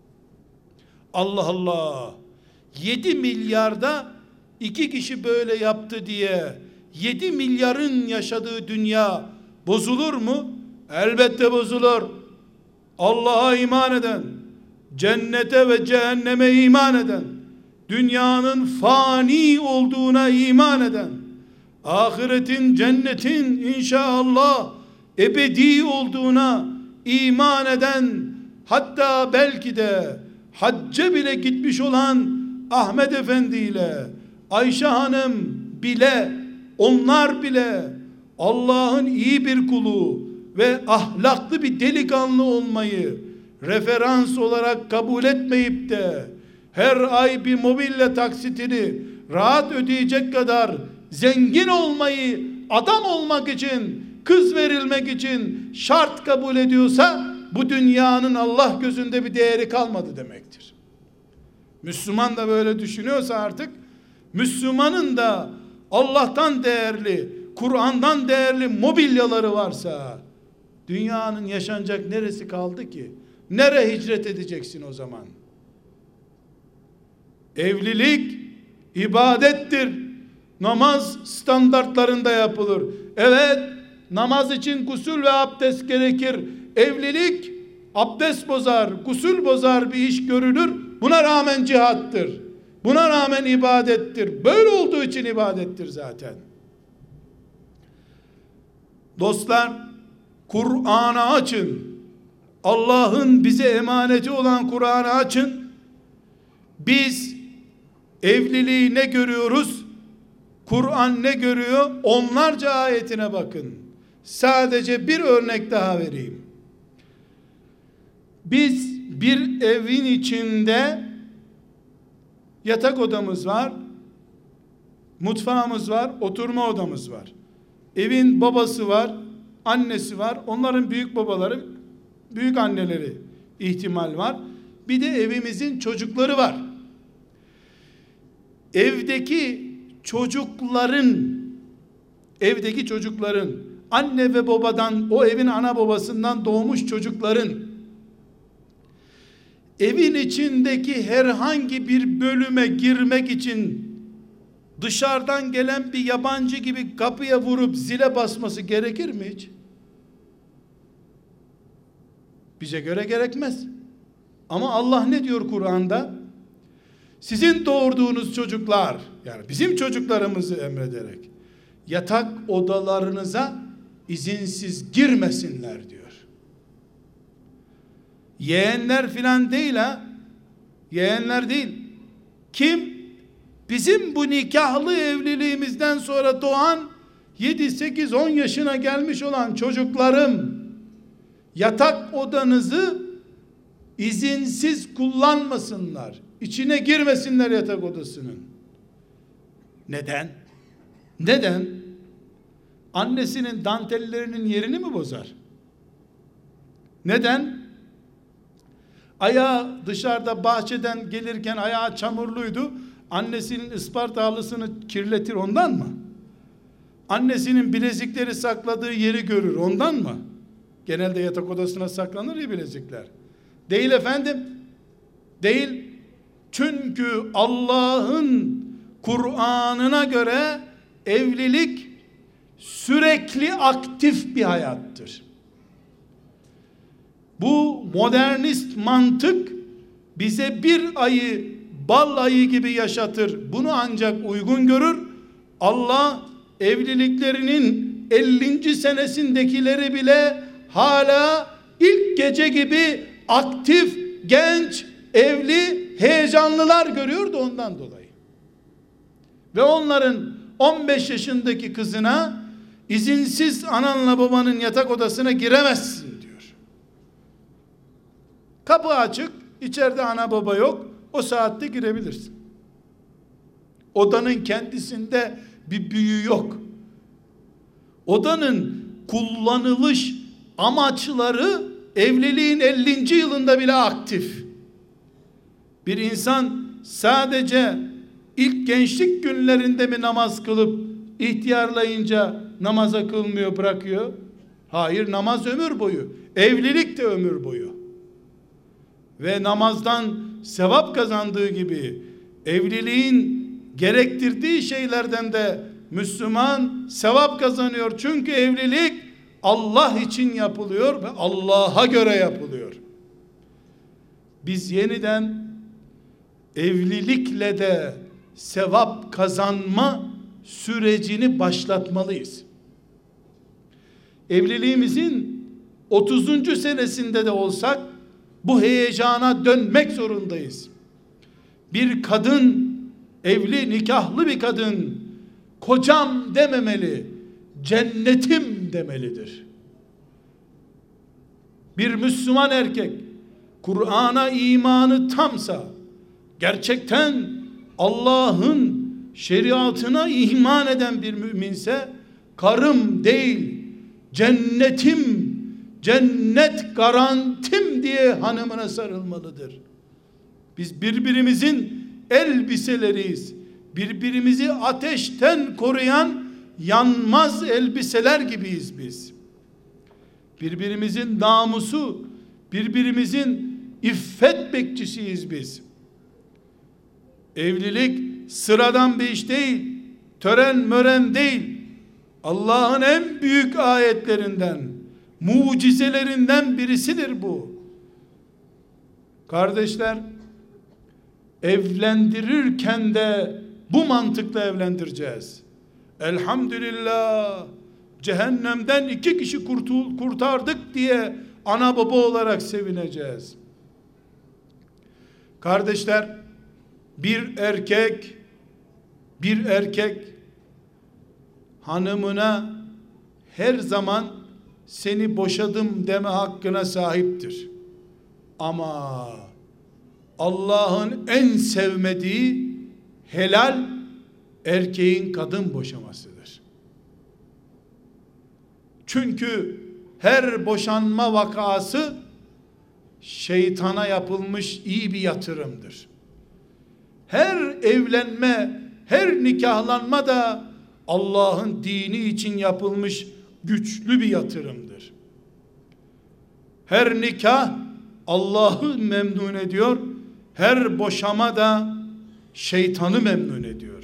Allah Allah, 7 milyarda 2 kişi böyle yaptı diye 7 milyarın yaşadığı dünya bozulur mu? Elbette bozulur. Allah'a iman eden, cennete ve cehenneme iman eden, dünyanın fani olduğuna iman eden, ahiretin, cennetin inşallah ebedi olduğuna iman eden, hatta belki de hacca bile gitmiş olan Ahmet Efendi ile Ayşe Hanım bile, onlar bile Allah'ın iyi bir kulu ve ahlaklı bir delikanlı olmayı referans olarak kabul etmeyip de her ay bir mobilya taksitini rahat ödeyecek kadar zengin olmayı, adam olmak için, kız verilmek için şart kabul ediyorsa bu dünyanın Allah gözünde bir değeri kalmadı demektir. Müslüman da böyle düşünüyorsa artık Müslümanın da Allah'tan değerli, Kur'an'dan değerli mobilyaları varsa dünyanın yaşanacak neresi kaldı ki? Nereye hicret edeceksin o zaman? Evlilik ibadettir. Namaz standartlarında yapılır. Evet, namaz için gusül ve abdest gerekir. Evlilik abdest bozar, gusül bozar bir iş görülür. Buna rağmen cihattır. Buna rağmen ibadettir. Böyle olduğu için ibadettir zaten. Dostlar, Kur'an'ı açın. Allah'ın bize emaneti olan Kur'an'ı açın. Biz Evliliği ne görüyoruz? Kur'an ne görüyor? Onlarca ayetine bakın. Sadece bir örnek daha vereyim. Biz bir evin içinde yatak odamız var, mutfağımız var, oturma odamız var. Evin babası var, annesi var, onların büyük babaları, büyük anneleri ihtimal var. Bir de evimizin çocukları var. Evdeki çocukların, anne ve babadan, o evin ana babasından doğmuş çocukların, evin içindeki herhangi bir bölüme girmek için dışarıdan gelen bir yabancı gibi kapıya vurup zile basması gerekir mi hiç? Bize göre gerekmez. Ama Allah ne diyor Kur'an'da? Sizin doğurduğunuz çocuklar, yani bizim çocuklarımızı emrederek, yatak odalarınıza izinsiz girmesinler diyor. Yeğenler filan değil ha. Yeğenler değil. Kim? Bizim bu nikahlı evliliğimizden sonra doğan 7, 8, 10 yaşına gelmiş olan çocuklarım, yatak odanızı izinsiz kullanmasınlar. İçine girmesinler yatak odasının. Neden? Neden? Annesinin dantellerinin yerini mi bozar? Neden? Ayağı dışarıda bahçeden gelirken ayağı çamurluydu. Annesinin Isparta halısını kirletir ondan mı? Annesinin bilezikleri sakladığı yeri görür ondan mı? Genelde yatak odasına saklanır ya bilezikler. Değil efendim. Değil. Çünkü Allah'ın Kur'an'ına göre evlilik sürekli aktif bir hayattır. Bu modernist mantık bize bir ayı bal ayı gibi yaşatır. Bunu ancak uygun görür. Allah evliliklerinin 50. senesindekileri bile hala ilk gece gibi aktif, genç, evli, heyecanlılar görüyordu ondan dolayı. Ve onların 15 yaşındaki kızına izinsiz ananla babanın yatak odasına giremezsin diyor. Kapı açık, içeride ana baba yok. O saatte girebilirsin. Odanın kendisinde bir büyü yok. Odanın kullanılış amaçları evliliğin 50. yılında bile aktif. Bir insan sadece ilk gençlik günlerinde mi namaz kılıp ihtiyarlayınca namaza kılmıyor, bırakıyor? Hayır, namaz ömür boyu. Evlilik de ömür boyu. Ve namazdan sevap kazandığı gibi evliliğin gerektirdiği şeylerden de Müslüman sevap kazanıyor. Çünkü evlilik Allah için yapılıyor ve Allah'a göre yapılıyor. Biz yeniden evlilikle de sevap kazanma sürecini başlatmalıyız. Evliliğimizin 30. senesinde de olsak bu heyecana dönmek zorundayız. Bir kadın, evli nikahlı bir kadın, kocam dememeli, cennetim demelidir. Bir Müslüman erkek Kur'an'a imanı tamsa, gerçekten Allah'ın şeriatına iman eden bir müminse, karım değil cennetim, cennet garantim diye hanımına sarılmalıdır. Biz birbirimizin elbiseleriyiz. Birbirimizi ateşten koruyan yanmaz elbiseler gibiyiz biz. Birbirimizin namusu, birbirimizin iffet bekçisiyiz biz. Evlilik sıradan bir iş değil, tören mören değil. Allah'ın en büyük ayetlerinden, mucizelerinden birisidir bu. Kardeşler, evlendirirken de bu mantıkla evlendireceğiz. Elhamdülillah, cehennemden 2 kişi kurtardık diye ana baba olarak sevineceğiz. Kardeşler, Bir erkek hanımına her zaman seni boşadım deme hakkına sahiptir. Ama Allah'ın en sevmediği helal erkeğin kadın boşamasıdır. Çünkü her boşanma vakası şeytana yapılmış iyi bir yatırımdır. Her evlenme, her nikahlanma da Allah'ın dini için yapılmış güçlü bir yatırımdır. Her nikah Allah'ı memnun ediyor, her boşama da şeytanı memnun ediyor.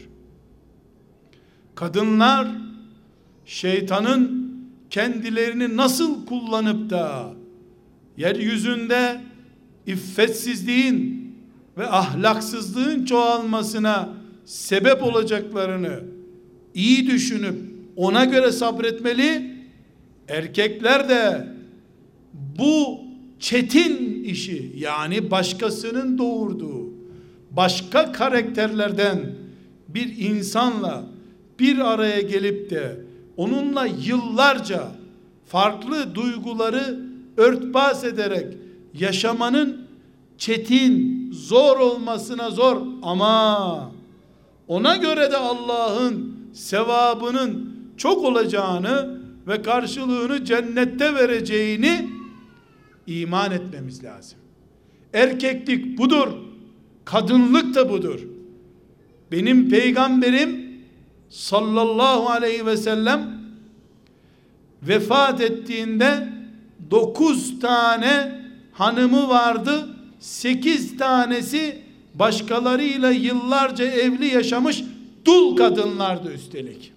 Kadınlar şeytanın kendilerini nasıl kullanıp da yeryüzünde iffetsizliğin ve ahlaksızlığın çoğalmasına sebep olacaklarını iyi düşünüp ona göre sabretmeli. Erkekler de bu çetin işi, yani başkasının doğurduğu başka karakterlerden bir insanla bir araya gelip de onunla yıllarca farklı duyguları örtbas ederek yaşamanın çetin, zor olmasına zor, ama ona göre de Allah'ın sevabının çok olacağını ve karşılığını cennette vereceğini iman etmemiz lazım. Erkeklik budur, kadınlık da budur. Benim peygamberim sallallahu aleyhi ve sellem vefat ettiğinde 9 tane hanımı vardı. 8 tanesi başkalarıyla yıllarca evli yaşamış dul kadınlardı üstelik.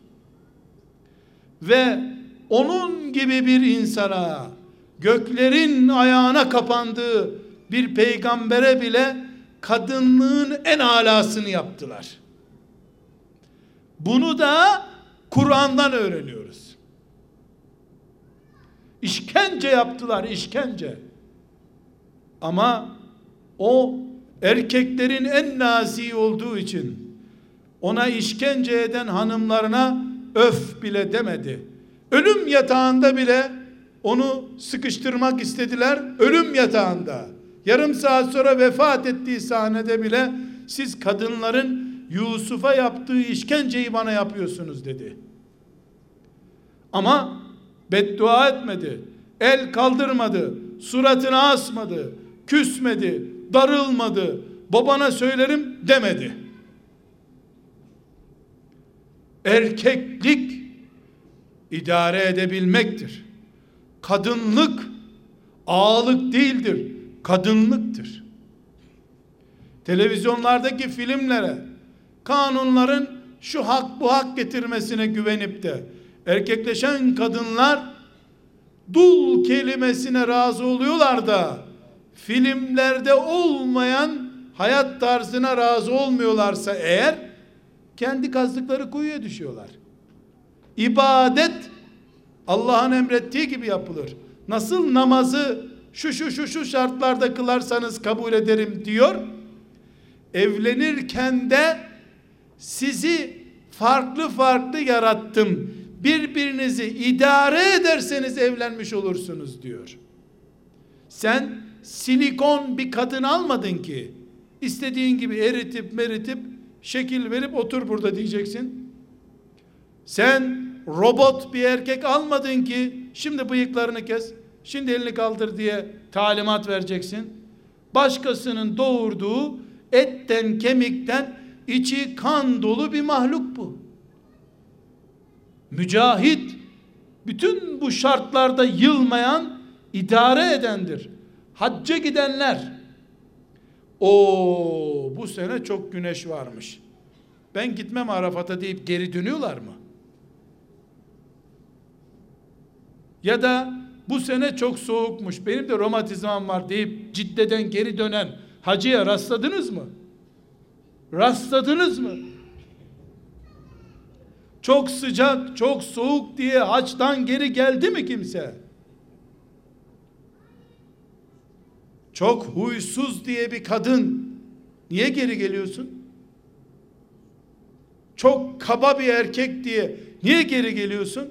Ve onun gibi bir insana, göklerin ayağına kapandığı bir peygambere bile kadınlığın en alasını yaptılar. Bunu da Kur'an'dan öğreniyoruz. İşkence yaptılar, işkence. Ama o erkeklerin en nazik olduğu için ona işkence eden hanımlarına öf bile demedi. Ölüm yatağında bile onu sıkıştırmak istediler. Ölüm yatağında. Yarım saat sonra vefat ettiği sahnede bile siz kadınların Yusuf'a yaptığı işkenceyi bana yapıyorsunuz dedi. Ama beddua etmedi. El kaldırmadı. Suratını asmadı. Küsmedi. Darılmadı. Babana söylerim demedi. Erkeklik idare edebilmektir. Kadınlık ağalık değildir. Kadınlıktır. Televizyonlardaki filmlere, kanunların şu hak bu hak getirmesine güvenip de erkekleşen kadınlar dul kelimesine razı oluyorlar da filmlerde olmayan hayat tarzına razı olmuyorlarsa eğer kendi kazdıkları kuyuya düşüyorlar. İbadet Allah'ın emrettiği gibi yapılır. Nasıl namazı şu şartlarda kılarsanız kabul ederim diyor. Evlenirken de sizi farklı farklı yarattım. Birbirinizi idare ederseniz evlenmiş olursunuz diyor. Sen silikon bir kadın almadın ki istediğin gibi eritip şekil verip otur burada diyeceksin. Sen robot bir erkek almadın ki şimdi bıyıklarını kes, şimdi elini kaldır diye talimat vereceksin. Başkasının doğurduğu etten kemikten içi kan dolu bir mahluk bu. Mücahit bütün bu şartlarda yılmayan, idare edendir. Hacca gidenler, o bu sene çok güneş varmış, ben gitmem Arafat'a deyip geri dönüyorlar mı? Ya da bu sene çok soğukmuş, benim de romatizmam var deyip Cidde'den geri dönen hacıya rastladınız mı? Rastladınız mı? Çok sıcak, çok soğuk diye haçtan geri geldi mi kimse? Çok huysuz diye bir kadın, niye geri geliyorsun? çok kaba bir erkek diye niye geri geliyorsun?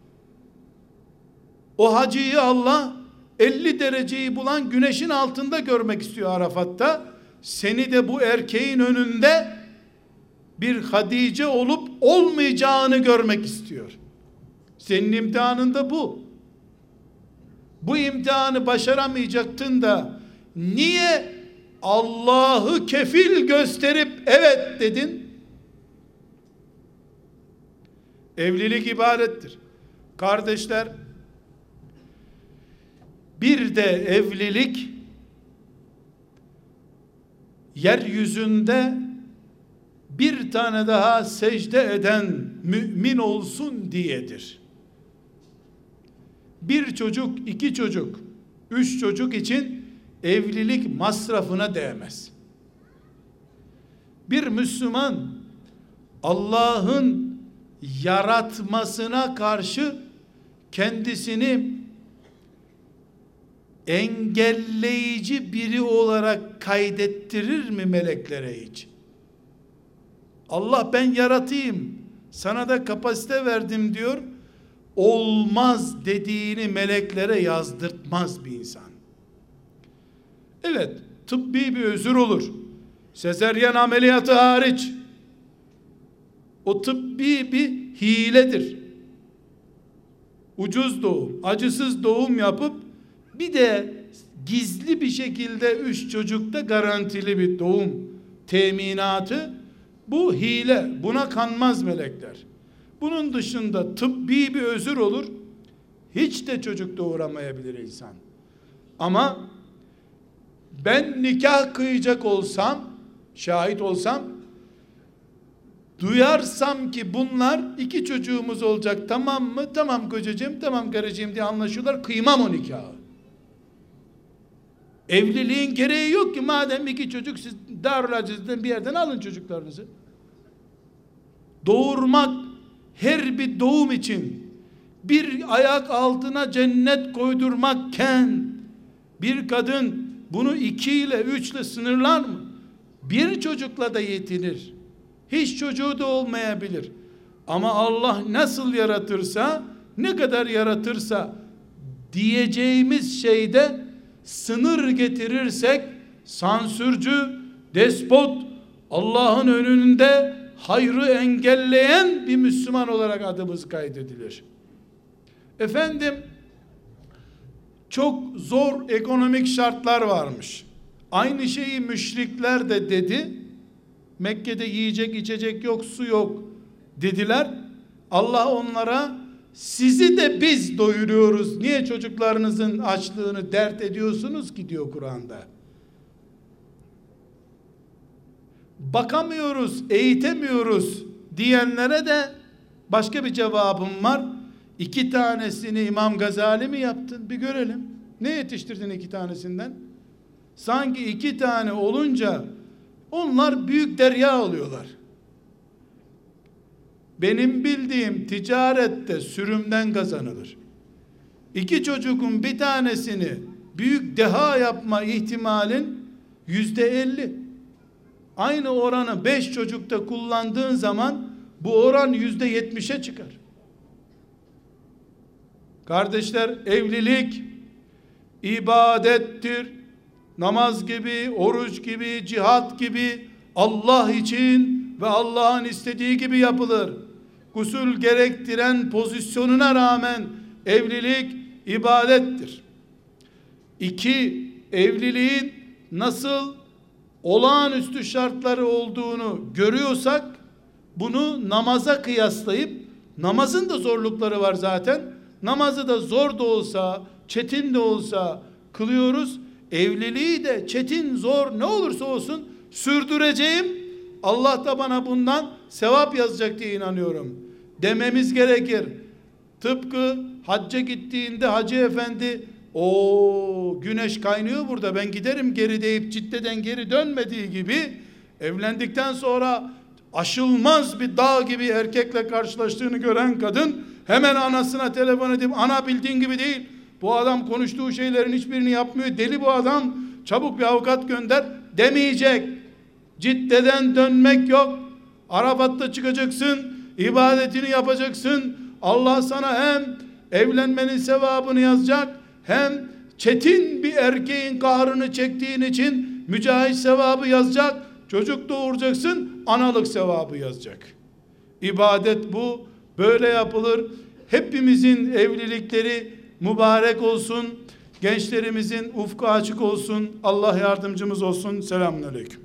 O hacıyı Allah 50 dereceyi bulan güneşin altında görmek istiyor Arafat'ta. Seni de bu erkeğin önünde bir Hadice olup olmayacağını görmek istiyor. Senin imtihanın da bu. Bu imtihanı başaramayacaktın da niye Allah'ı kefil gösterip evet dedin? Evlilik ibadettir. Kardeşler, bir de evlilik yeryüzünde bir tane daha secde eden mümin olsun diyedir. Bir çocuk, iki çocuk, üç çocuk için evlilik masrafına değmez. Bir Müslüman Allah'ın yaratmasına karşı kendisini engelleyici biri olarak kaydettirir mi meleklere hiç? Allah ben yaratayım, sana da kapasite verdim diyor. Olmaz dediğini meleklere yazdırtmaz bir insan. Evet, tıbbi bir özür olur. Sezeryen ameliyatı hariç. O tıbbi bir hiledir. Ucuz doğum, acısız doğum yapıp bir de gizli bir şekilde 3 çocukta garantili bir doğum teminatı, bu hile. Buna kanmaz melekler. Bunun dışında tıbbi bir özür olur. Hiç de çocuk doğuramayabilir insan. Ama ben nikah kıyacak olsam, şahit olsam, duyarsam ki bunlar 2 çocuğumuz olacak, tamam mı? Tamam kocacığım, tamam karıcığım diye anlaşıyorlar. Kıymam o nikahı. Evliliğin gereği yok ki, madem 2 çocuk, siz Darül Aziz'den bir yerden alın çocuklarınızı. Doğurmak, her bir doğum için bir ayak altına cennet koydurmakken bir kadın bunu 2 ile 3 ile sınırlar mı? Bir çocukla da yetinir. Hiç çocuğu da olmayabilir. Ama Allah nasıl yaratırsa, ne kadar yaratırsa diyeceğimiz şeyde sınır getirirsek sansürcü, despot, Allah'ın önünde hayrı engelleyen bir Müslüman olarak adımız kaydedilir. Efendim, çok zor ekonomik şartlar varmış. Aynı şeyi müşrikler de dedi. Mekke'de yiyecek içecek yok, su yok dediler. Allah onlara sizi de biz doyuruyoruz, niye çocuklarınızın açlığını dert ediyorsunuz ki diyor Kur'an'da. Bakamıyoruz, eğitemiyoruz diyenlere de başka bir cevabım var. 2 tanesini İmam Gazali mi yaptın? Bir görelim. Ne yetiştirdin 2 tanesinden? Sanki 2 tane olunca onlar büyük derya oluyorlar. Benim bildiğim ticarette sürümden kazanılır. 2 çocuğun bir tanesini büyük deha yapma ihtimalin %50. Aynı oranı 5 çocukta kullandığın zaman bu oran %70'e çıkar. Kardeşler, evlilik ibadettir. Namaz gibi, oruç gibi, cihat gibi Allah için ve Allah'ın istediği gibi yapılır. Gusül gerektiren pozisyonuna rağmen evlilik ibadettir. 2, evliliğin nasıl olağanüstü şartları olduğunu görüyorsak bunu namaza kıyaslayıp, namazın da zorlukları var zaten, namazı da zor da olsa, çetin de olsa kılıyoruz, evliliği de çetin, zor ne olursa olsun sürdüreceğim, Allah da bana bundan sevap yazacak diye inanıyorum dememiz gerekir. Tıpkı hacca gittiğinde hacı efendi, o güneş kaynıyor burada, ben giderim geri deyip Cidde'den geri dönmediği gibi, evlendikten sonra aşılmaz bir dağ gibi erkekle karşılaştığını gören kadın hemen anasına telefon edip, ana bildiğin gibi değil, bu adam konuştuğu şeylerin hiçbirini yapmıyor, deli bu adam, çabuk bir avukat gönder demeyecek. Cidde'den dönmek yok, Arafat'ta çıkacaksın, ibadetini yapacaksın. Allah sana hem evlenmenin sevabını yazacak, hem çetin bir erkeğin kahrını çektiğin için mücahit sevabı yazacak. Çocuk doğuracaksın, analık sevabı yazacak. İbadet bu, böyle yapılır. Hepimizin evlilikleri mübarek olsun. Gençlerimizin ufku açık olsun. Allah yardımcımız olsun. Selamünaleyküm.